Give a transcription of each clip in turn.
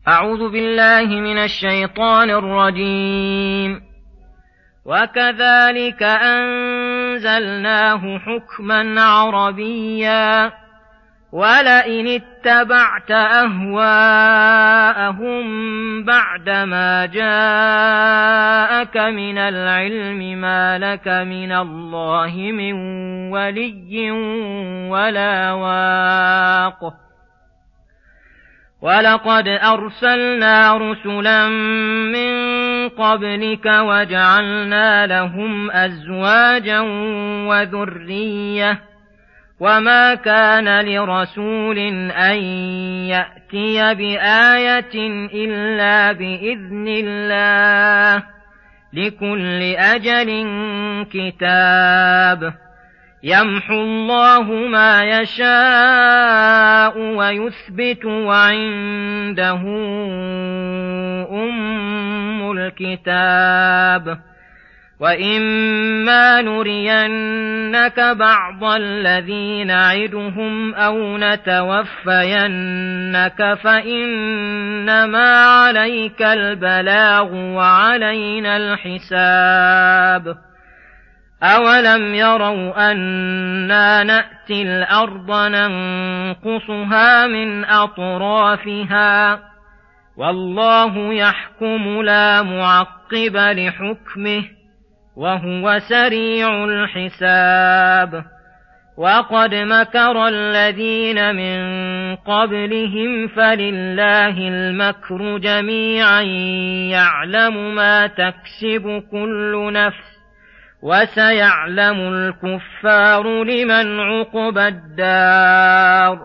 أعوذ بالله من الشيطان الرجيم. وكذلك أنزلناه حكما عربيا ولئن اتبعت أهواءهم بعدما جاءك من العلم ما لك من الله من ولي ولا واق. ولقد أرسلنا رسلا من قبلك وجعلنا لهم أزواجا وذرية وما كان لرسول أن يأتي بآية إلا بإذن الله لكل أجل كتاب. يمحو الله ما يشاء ويثبت وعنده أم الكتاب. وإما نرينك بعض الذي نعدهم أو نتوفينك فإنما عليك البلاغ وعلينا الحساب. أولم يروا أنا نأتي الأرض ننقصها من أطرافها والله يحكم لا معقب لحكمه وهو سريع الحساب. وقد مكر الذين من قبلهم فلله المكر جميعا يعلم ما تكسب كل نفس وسيعلم الكفار لمن عقبى الدار.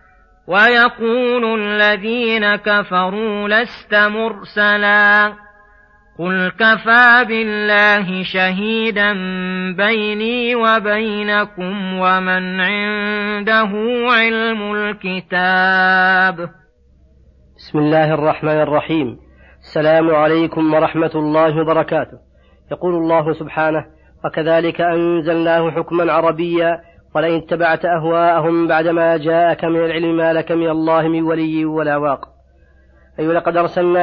ويقول الذين كفروا لست مرسلا قل كفى بالله شهيدا بيني وبينكم ومن عنده علم الكتاب. بسم الله الرحمن الرحيم. السلام عليكم ورحمة الله وبركاته. يقول الله سبحانه: وكذلك أنزلناه حكما عربيا ولئن اتبعت أهواءهم بعدما جاءك من العلم ما لك من الله من ولي ولا واق. أي ولقد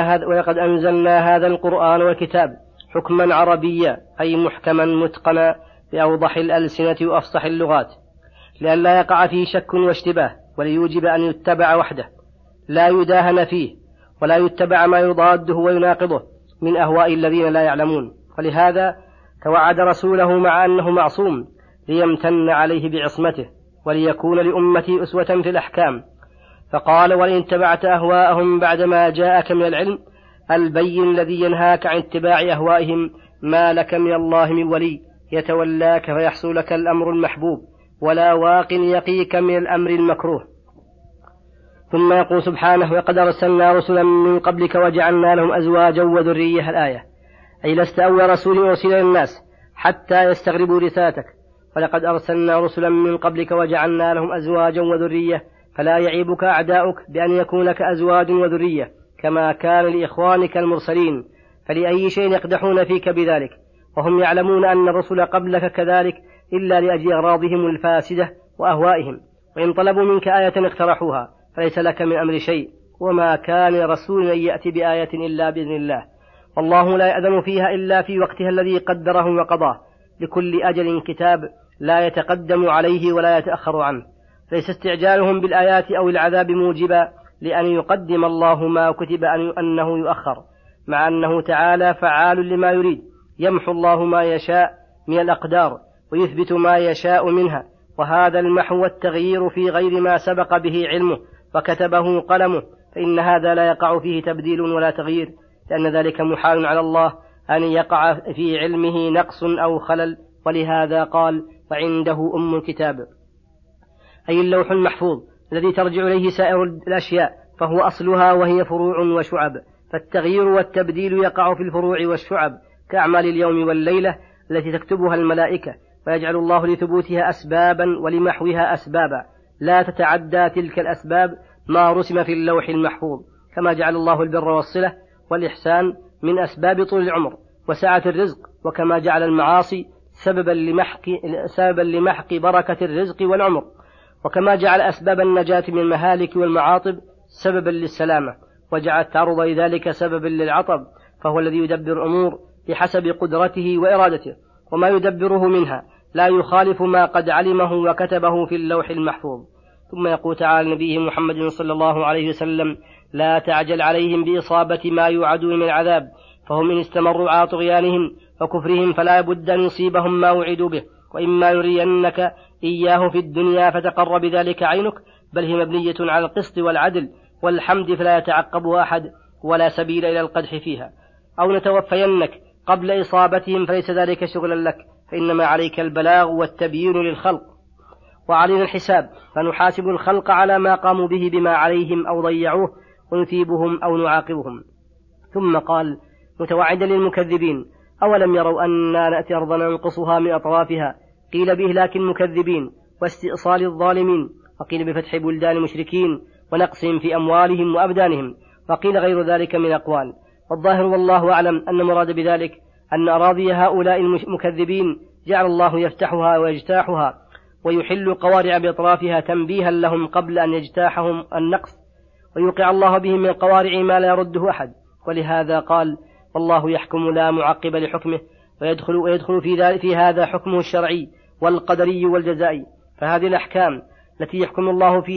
أنزلنا هذا القرآن والكتاب حكما عربيا أي محكما متقنا بأوضح الألسنة وأفصح اللغات لئلا يقع فيه شك واشتباه وليوجب أن يتبع وحده لا يداهن فيه ولا يتبع ما يضاده ويناقضه من أهواء الذين لا يعلمون. ولهذا توعد رسوله مع أنه معصوم ليمتن عليه بعصمته وليكون لأمته أسوة في الأحكام، فقال: ولئن اتبعت أهواءهم بعدما جاءك من العلم البين الذي ينهاك عن اتباع أهوائهم ما لك من الله من ولي يتولاك فيحصل لك الأمر المحبوب ولا واق يقيك من الأمر المكروه. ثم يقول سبحانه: وقد أرسلنا رسلا من قبلك وجعلنا لهم أزواجا وذرية. الآية أي لست أول رسول أرسل للناس حتى يستغربوا رسالتك، ولقد أرسلنا رسلا من قبلك وجعلنا لهم أزواجا وذرية، فلا يعيبك أعداؤك بأن يكون لك أزواج وذرية كما كان لإخوانك المرسلين، فلأي شيء يقدحون فيك بذلك وهم يعلمون أن الرسل قبلك كذلك إلا لأجل أغراضهم الفاسدة وأهوائهم، وإن طلبوا منك آية اقترحوها فليس لك من أمر شيء، وما كان رسول أن يأتي بآية إلا بإذن الله، والله لا يأذن فيها إلا في وقتها الذي قدره وقضاه، لكل أجل كتاب لا يتقدم عليه ولا يتأخر عنه. ليس استعجالهم بالآيات أو العذاب موجبا لأن يقدم الله ما كتب أنه يؤخر، مع أنه تعالى فعال لما يريد، يمحو الله ما يشاء من الأقدار ويثبت ما يشاء منها، وهذا المحو والتغيير في غير ما سبق به علمه وكتبه قلمه، فإن هذا لا يقع فيه تبديل ولا تغيير، لأن ذلك محال على الله أن يقع في علمه نقص أو خلل. ولهذا قال: وعنده أم الكتاب، أي اللوح المحفوظ الذي ترجع إليه سائر الأشياء، فهو أصلها وهي فروع وشعب، فالتغيير والتبديل يقع في الفروع والشعب كأعمال اليوم والليلة التي تكتبها الملائكة، ويجعل الله لثبوتها أسبابا ولمحوها أسبابا لا تتعدى تلك الأسباب ما رسم في اللوح المحفوظ، كما جعل الله البر والصلة والإحسان من أسباب طول العمر وسعة الرزق، وكما جعل المعاصي سببا لمحق بركة الرزق والعمر، وكما جعل أسباب النجاة من المهالك والمعاطب سببا للسلامة، وجعل تعرض لذلك سببا للعطب، فهو الذي يدبر الأمور بحسب قدرته وإرادته، وما يدبره منها لا يخالف ما قد علمه وكتبه في اللوح المحفوظ. ثم يقول تعالى نبيه محمد صلى الله عليه وسلم: لا تعجل عليهم بإصابة ما يوعدون من العذاب، فهم إن استمروا على طغيانهم وكفرهم فلا بد أن يصيبهم ما وعدوا به، وإما يرينك إياه في الدنيا فتقر بذلك عينك، بل هي مبنية على القسط والعدل والحمد فلا يتعقبها أحد ولا سبيل إلى القدح فيها، أو نتوفينك قبل إصابتهم فليس ذلك شغلا لك، فإنما عليك البلاغ والتبيين للخلق، وعلينا الحساب، فنحاسب الخلق على ما قاموا به بما عليهم أو ضيعوه، ونثيبهم أو نعاقبهم. ثم قال متوعدا للمكذبين: أولم يروا أنا نأتي أرضا ننقصها من أطرافها، قيل بإهلاك المكذبين واستئصال الظالمين، وقيل بفتح بلدان المشركين ونقصهم في أموالهم وأبدانهم، وقيل غير ذلك من أقوال. والظاهر والله أعلم أن مراد بذلك أن أراضي هؤلاء المكذبين جعل الله يفتحها ويجتاحها ويحل قوارع بأطرافها تنبيها لهم قبل أن يجتاحهم النقص، ويوقع الله بهم من قوارع ما لا يرده أحد. ولهذا قال: والله يحكم لا معقب لحكمه، ويدخل في هذا حكمه الشرعي والقدري والجزائي. فهذه الأحكام التي يحكم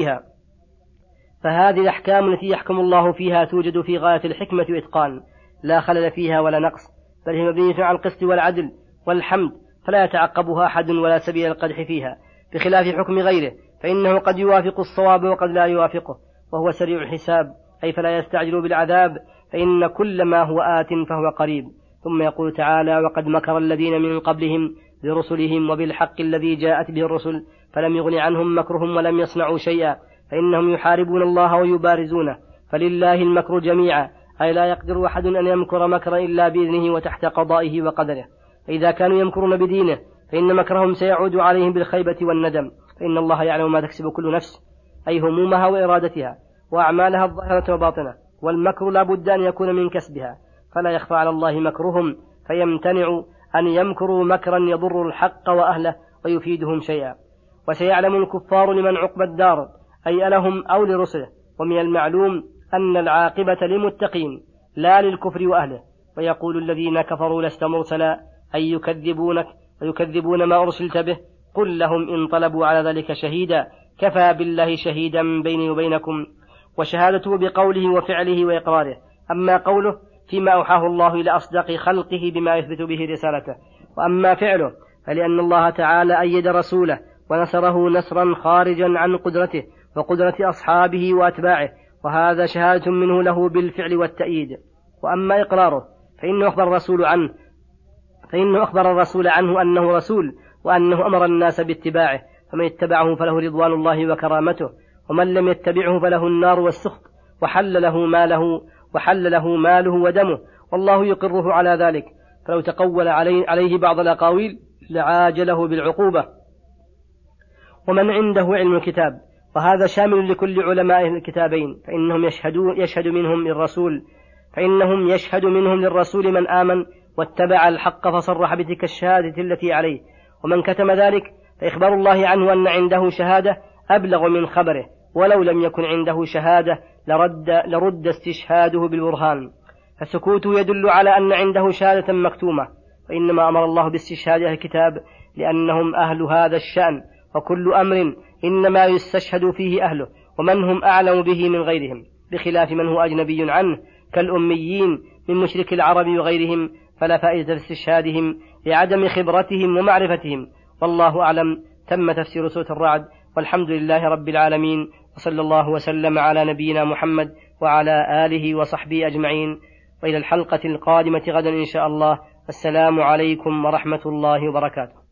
الله فيها توجد في غاية الحكمة وإتقان، لا خلل فيها ولا نقص، بل هي مبنية على القسط والعدل والحمد، فلا يتعقبها أحد ولا سبيل القدح فيها، بخلاف حكم غيره فإنه قد يوافق الصواب وقد لا يوافقه، وهو سريع الحساب، أي فلا يستعجل بالعذاب، فإن كل ما هو آت فهو قريب. ثم يقول تعالى: وقد مكر الذين من قبلهم برسلهم وبالحق الذي جاءت به الرسل فلم يغن عنهم مكرهم ولم يصنعوا شيئا، فإنهم يحاربون الله ويبارزونه، فلله المكر جميعا، أي لا يقدر أحد أن يمكر مكرا إلا بإذنه وتحت قضائه وقدره. فإذا كانوا يمكرون بدينه فإن مكرهم سيعود عليهم بالخيبة والندم، فإن الله يعلم ما تكسب كل نفس، أي همومها وإرادتها وأعمالها الظاهرة وباطنة، والمكر لا بد أن يكون من كسبها، فلا يخفى على الله مكرهم، فيمتنع أن يمكروا مكرا يضر الحق وأهله ويفيدهم شيئا. وسيعلم الكفار لمن عقبى الدار، أي لهم أو لرسله، ومن المعلوم أن العاقبة للمتقين لا للكفر وأهله. ويقول الذين كفروا: لست مرسلا، أي يكذبونك ويكذبون ما أرسلت به، قل لهم إن طلبوا على ذلك شهيدا كفى بالله شهيدا بيني وبينكم، وشهادته بقوله وفعله وإقراره. أما قوله فيما أوحاه الله إلى أصدق خلقه بما يثبت به رسالته، وأما فعله فلأن الله تعالى أيد رسوله ونصره نصرا خارجا عن قدرته وقدرة أصحابه وأتباعه، وهذا شهادة منه له بالفعل والتأييد. وأما إقراره فإنه أخبر الرسول عنه أنه رسول، وأنه أمر الناس باتباعه، فمن اتبعه فله رضوان الله وكرامته، ومن لم يتبعه فله النار والسخط، وحل له ماله ودمه، والله يقره على ذلك. فلو تقول عليه بعض الأقاويل لعاجله بالعقوبة. ومن عنده علم الكتاب، وهذا شامل لكل علماء الكتابين، فإنهم يشهد منهم للرسول من آمن واتبع الحق فصرح بتلك الشهادة التي عليه. ومن كتم ذلك فإخبار الله عنه أن عنده شهادة أبلغ من خبره، ولو لم يكن عنده شهادة لرد استشهاده بالبرهان، فسكوته يدل على أن عنده شهادة مكتومة. فإنما أمر الله باستشهاد أهل الكتاب لأنهم أهل هذا الشأن، وكل أمر إنما يستشهد فيه أهله، ومن هم أعلم به من غيرهم، بخلاف من هو أجنبي عنه كالأميين من مشرك العرب وغيرهم، فلا فائدة في استشهادهم لعدم خبرتهم ومعرفتهم. والله أعلم. تم تفسير سورة الرعد، والحمد لله رب العالمين، وصلى الله وسلم على نبينا محمد وعلى آله وصحبه أجمعين، وإلى الحلقة القادمة غدا إن شاء الله. السلام عليكم ورحمة الله وبركاته.